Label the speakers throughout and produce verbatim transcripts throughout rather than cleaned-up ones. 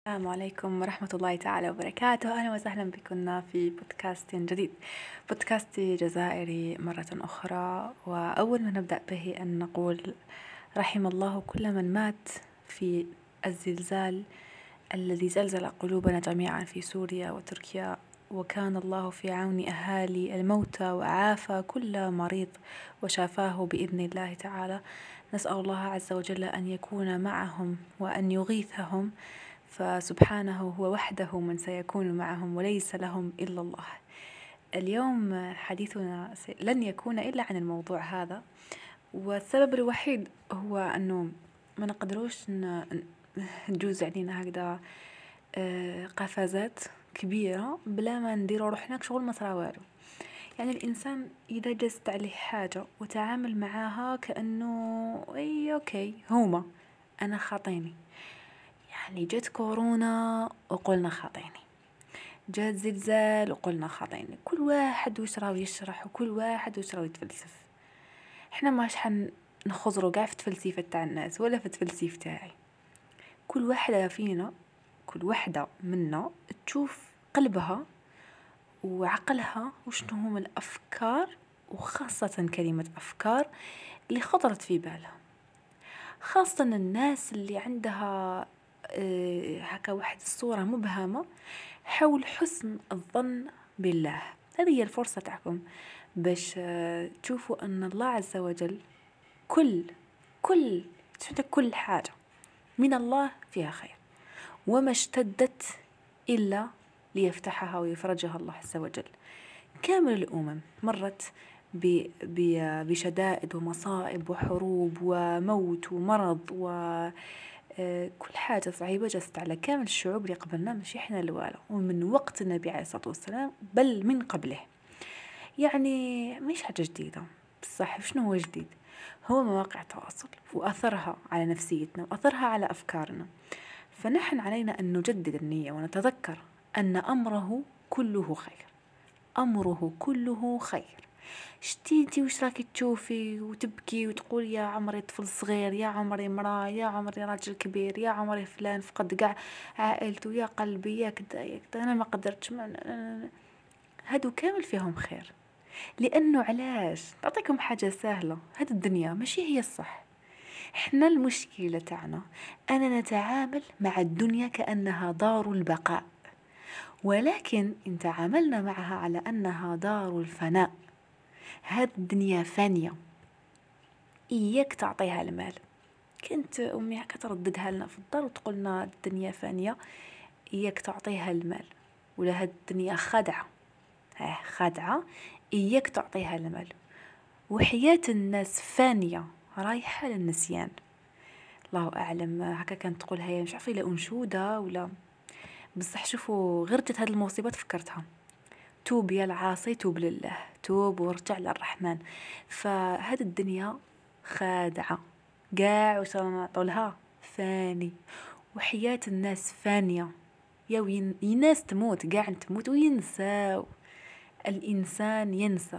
Speaker 1: السلام عليكم ورحمة الله تعالى وبركاته. أهلا وسهلا بكم في بودكاست جديد، بودكاست جزائري مرة أخرى. وأول ما نبدأ به أن نقول رحم الله كل من مات في الزلزال الذي زلزل قلوبنا جميعا في سوريا وتركيا، وكان الله في عون أهالي الموتى وعافى كل مريض وشافاه بإذن الله تعالى. نسأل الله عز وجل أن يكون معهم وأن يغيثهم، فسبحانه هو وحده من سيكون معهم وليس لهم إلا الله. اليوم حديثنا لن يكون إلا عن الموضوع هذا، والسبب الوحيد هو أنه ما نقدروش نجوز علينا هكذا قفزات كبيرة بلا ما نديرو روحنا شغل ما صرا والو. يعني الإنسان إذا جزت عليه حاجة وتعامل معاها كأنه أي أوكي هما أنا خاطيني، يعني جت كورونا وقلنا خاطيني، جات زلزال وقلنا خاطيني، كل واحد وش راهو يشرح وكل واحد وش راهو يتفلسف. احنا ماش حن نخزروا قاع في التفلسيفة تاع الناس ولا في التفلسيف تاعي. كل واحدة فينا كل واحدة منا تشوف قلبها وعقلها وشنو هم الأفكار، وخاصة كلمة أفكار اللي خطرت في بالها، خاصة الناس اللي عندها أه هكا واحد الصورة مبهمة حول حسن الظن بالله. هذه هي الفرصة تاعكم باش أه تشوفوا أن الله عز وجل كل كل كل حاجة من الله فيها خير، وما اشتدت إلا ليفتحها ويفرجها الله عز وجل. كامل الأمم مرت بشدائد ومصائب وحروب وموت ومرض وكل حاجة صعيبة جست على كامل الشعوب اللي قبلنا، مش إحنا الوالا، ومن وقت النبي عليه الصلاة والسلام بل من قبله. يعني مش حاجة جديدة بصح. شنو هو جديد؟ هو مواقع التواصل وأثرها على نفسيتنا وأثرها على أفكارنا. فنحن علينا أن نجدد النية ونتذكر أن أمره كله خير، أمره كله خير. شتيتي وش راكي تشوفي وتبكي وتقول يا عمري طفل صغير، يا عمري مرأة، يا عمري راجل كبير، يا عمري فلان فقد قاع عائلته، يا قلبي يا كدا يا كدا أنا ما قدرتش. هادو كامل فيهم خير، لأنه علاش نعطيكم حاجة سهلة. هاد الدنيا ماشي هي الصح. احنا المشكلة تاعنا أننا نتعامل مع الدنيا كأنها دار البقاء، ولكن إن تعاملنا معها على أنها دار الفناء. هاد الدنيا فانية، إياك تعطيها المال. كنت أمي هكا ترددها لنا في الدار وتقولنا الدنيا فانية، إياك تعطيها المال، ولا هاد الدنيا خادعة. اه خادعة، إياك تعطيها المال. وحياة الناس فانية رايحة للنسيان. الله أعلم هكا كانت تقولها، هي مش عارفة إلا أنشودة ولا بصح. شوفوا غير جت هاد المصيبة تفكرتها، توب يا العاصي توب لله، توب وارجع للرحمن. فهاد الدنيا خادعة قاع وصلنا طولها فاني، وحياة الناس فانية. يا وين ناس تموت قاع تموت وينسى. الإنسان ينسى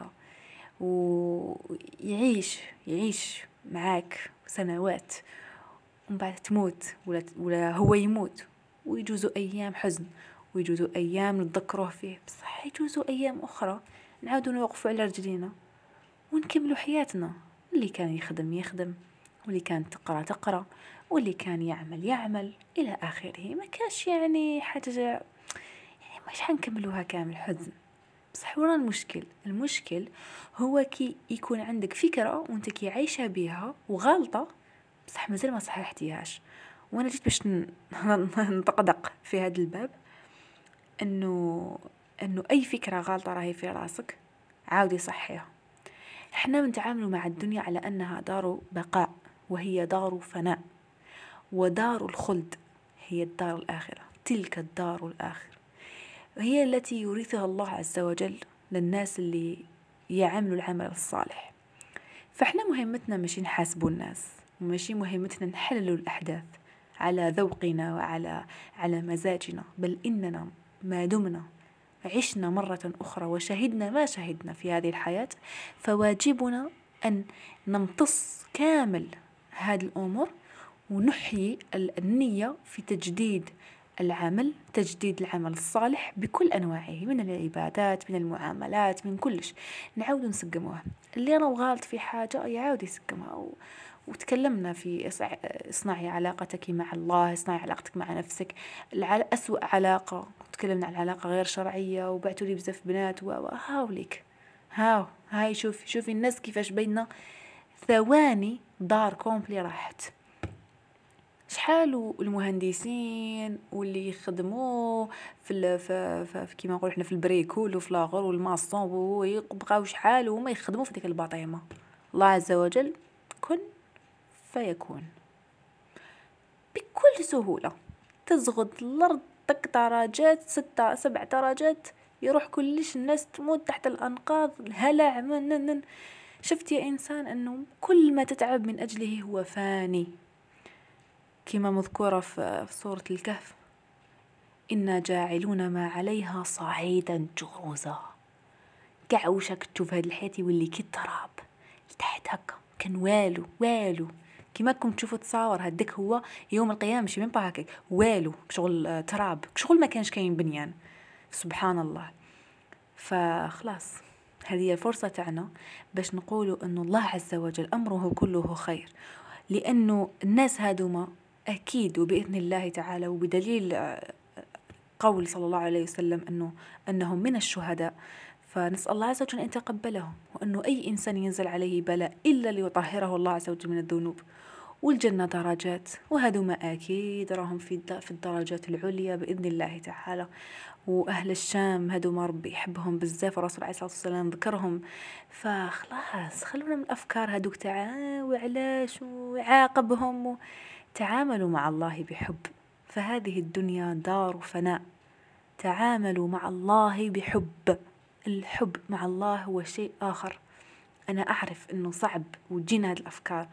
Speaker 1: ويعيش يعيش معاك سنوات ومن بعد تموت ولا, ولا هو يموت، ويجوزوا أيام حزن ويجوزوا أيام نتذكروه فيه، بصح يجوزوا أيام أخرى نعاودوا نوقفوا على رجلينا ونكملوا حياتنا. اللي كان يخدم يخدم، واللي كان تقرأ تقرأ، واللي كان يعمل يعمل إلى آخره. ما كاش يعني حاجة يعني مش حنكملوها كامل حزن. بصح وين المشكل؟ المشكل هو كي يكون عندك فكرة وانت كي عايشة بيها وغالطة بصح مازال ما صححتيهاش. وانا جيت باش نطقدق في هذا الباب انه انه اي فكرة غالطة راهي في راسك عاودي صحيها. احنا نتعامل مع الدنيا على انها دار بقاء، وهي دار فناء، ودار الخلد هي الدار الآخرة. تلك الدار الآخرة هي التي يورثها الله عز وجل للناس اللي يعملوا العمل الصالح. فاحنا مهمتنا ماشي نحاسبوا الناس، وماشي مهمتنا نحللوا الأحداث على ذوقنا وعلى على مزاجنا، بل إننا ما دمنا عشنا مرة أخرى وشهدنا ما شهدنا في هذه الحياة، فواجبنا أن نمتص كامل هذه الأمور ونحيي النية في تجديد العمل، تجديد العمل الصالح بكل أنواعه، من العبادات، من المعاملات، من كلش، نعاود نسقموها. اللي أنا وغالط في حاجة يعاود يسقمها. و... وتكلمنا في اصنعي علاقتك مع الله، اصنعي علاقتك مع نفسك. العل... أسوأ علاقة، تكلمنا عن علاقة غير شرعية وبعتوا لي بزاف بنات و هاوليك هاو هاي شوفي شوفي الناس كيفاش بينا ثواني دار كومبلي راحت. شحال المهندسين واللي يخدموا في ال في, في, في كيما نقولوا احنا في البريكول وفي لاغور والماصون ويبقاو شحال وما يخدموا في ديك الباطيمه. الله عز وجل كن فيكون بكل سهوله. تزغد الارض دك درجات، ستة سبع درجات، يروح كلش، الناس تموت تحت الانقاض، الهلع من شفت يا انسان انه كل ما تتعب من اجله هو فاني، كما مذكورة في سورة الكهف: إنا جاعلون ما عليها صعيدا جرزا. كاع وشك تشوف هاد الحياة واللي كي التراب لتحت هكا كان والو والو، كما كم تشوفوا تصاور هداك هو يوم القيامة، شي مين با هكاك والو، شغل تراب، شغل ما كانش كاين بنيان. سبحان الله. فخلاص هذه الفرصة تاعنا باش نقولوا أنه الله عز وجل أمره كله خير، لأنه الناس هادوما أكيد وبإذن الله تعالى وبدليل قول صلى الله عليه وسلم أنه أنهم من الشهداء، فنسأل الله عز وجل أن يتقبلهم، وأنه أي إنسان ينزل عليه بلاء إلا ليطهره الله عز وجل من الذنوب. والجنة درجات، وهذوما أكيد راهم في في الدرجات العليا بإذن الله تعالى. وأهل الشام هذوما ربي يحبهم بزاف، الرسول عليه الصلاة والسلام ذكرهم. فخلاص خلونا من الأفكار هذوك تاع وعلاش وعاقبهم. تعاملوا مع الله بحب، فهذه الدنيا دار فناء. تعاملوا مع الله بحب. الحب مع الله هو شيء آخر. أنا أعرف أنه صعب وتجينا هذه الأفكار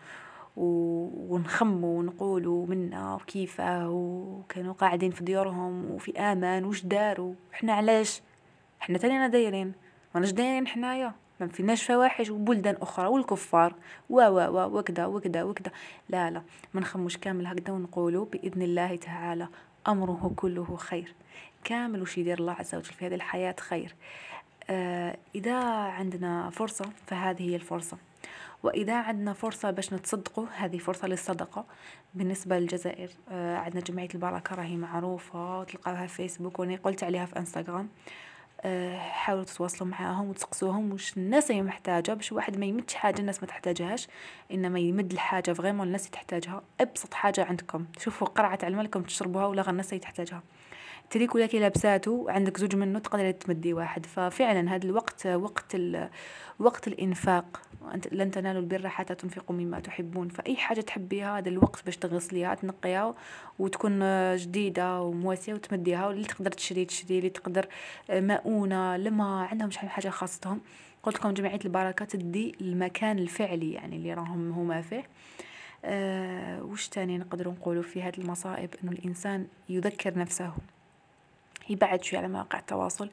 Speaker 1: ونخموا ونقولوا منا وكيفه وكانوا قاعدين في ديارهم وفي آمان وش داروا إحنا، علاش إحنا تانينا دايرين ماناش دايرين حنايا، ما فيناش فواحش وبلدان أخرى والكفار و و و وكذا وكذا وكذا. لا لا، ما نخموش كامل هكذا ونقولوا بإذن الله تعالى أمره كله خير. كامل وش يدير الله عز وجل في هذه الحياة خير. آه إذا عندنا فرصة فهذه هي الفرصة، وإذا عندنا فرصة باش نتصدقوا هذه فرصة للصدقة. بالنسبة للجزائر آه عندنا جمعية البركة، راهي معروفة، تلقاوها في فيسبوك وأنا قلت عليها في انستغرام. آه حاولوا تتواصلوا معاهم وتسقسوهم وش الناس هي محتاجة، باش واحد ما يمدش حاجة الناس ما تحتاجهاش، إنما يمد الحاجة فريمون الناس تحتاجها. أبسط حاجة عندكم، شوفوا قرعة على لكم تشربوها ولا غير الناس هي تحتاجها، تريك ولا كي لابساتو عندك زوج منه تقدر تمدي واحد. ففعلا هذا الوقت وقت وقت الإنفاق. لن تنالوا البر حتى تنفقوا مما تحبون. فأي حاجة تحبيها هذا الوقت باش تغسليها تنقيها وتكون جديدة ومواسية وتمديها. واللي تقدر تشري تشري، اللي تقدر مؤونة لما عندهم شحال حاجة خاصتهم. قلت لكم جمعية البركة تدي المكان الفعلي يعني اللي راهم هما فيه. أه وش تاني نقدر نقولوا في هذه المصائب؟ إنه الإنسان يذكر نفسه، يبعد شوي على مواقع التواصل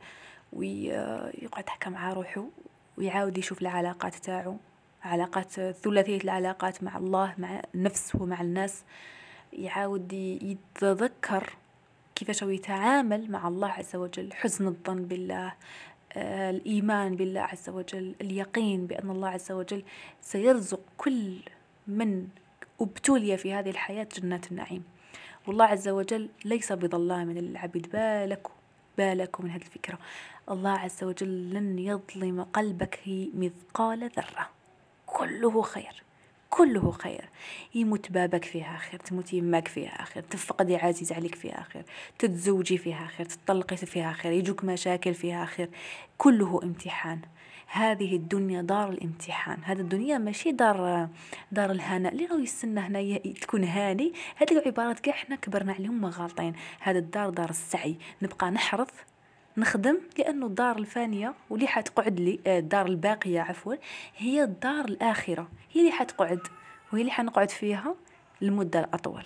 Speaker 1: ويقعد حكى مع روحه ويعاود يشوف العلاقات تاعو، علاقات ثلاثية العلاقات مع الله مع النفس ومع الناس. يعاود يتذكر كيفاش هو يتعامل مع الله عز وجل، حسن الظن بالله، آه الإيمان بالله عز وجل، اليقين بأن الله عز وجل سيرزق كل من ابتلي في هذه الحياة جنات النعيم. والله عز وجل ليس بظلام للعبيد. بالك بالك من هذه الفكرة، الله عز وجل لن يظلم قلبك مثقال ذرة، كله خير كله خير. يموت بابك فيها خير، تموت يماك فيها خير، تفقدي عزيز عليك فيها خير، تتزوجي فيها خير، تطلقي فيها خير، يجوك مشاكل فيها خير، كله امتحان. هذه الدنيا دار الامتحان. هذه الدنيا ماشي دار دار الهناء اللي راهو يستنى هنا تكون هاني. هذه عبارات كاع احنا كبرنا عليهم غالطين. هذا الدار دار السعي، نبقى نحرث نخدم، لأنه الدار الفانية واللي حتقعد لي الدار الباقية عفوا هي الدار الآخرة، هي اللي حتقعد وهي اللي حنقعد فيها المدة الأطول.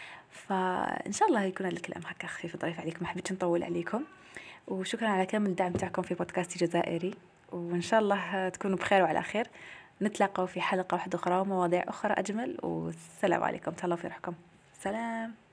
Speaker 1: فإن شاء الله يكون هذا الكلام هكا خفيف ظريف عليكم، ما حبيتش نطول عليكم. وشكرا على كامل الدعم تاعكم في بودكاست جزائري، وإن شاء الله تكونوا بخير وعلى خير. نتلاقوا في حلقة واحدة أخرى ومواضيع أخرى أجمل، والسلام عليكم، تهلاو في روحكم. سلام.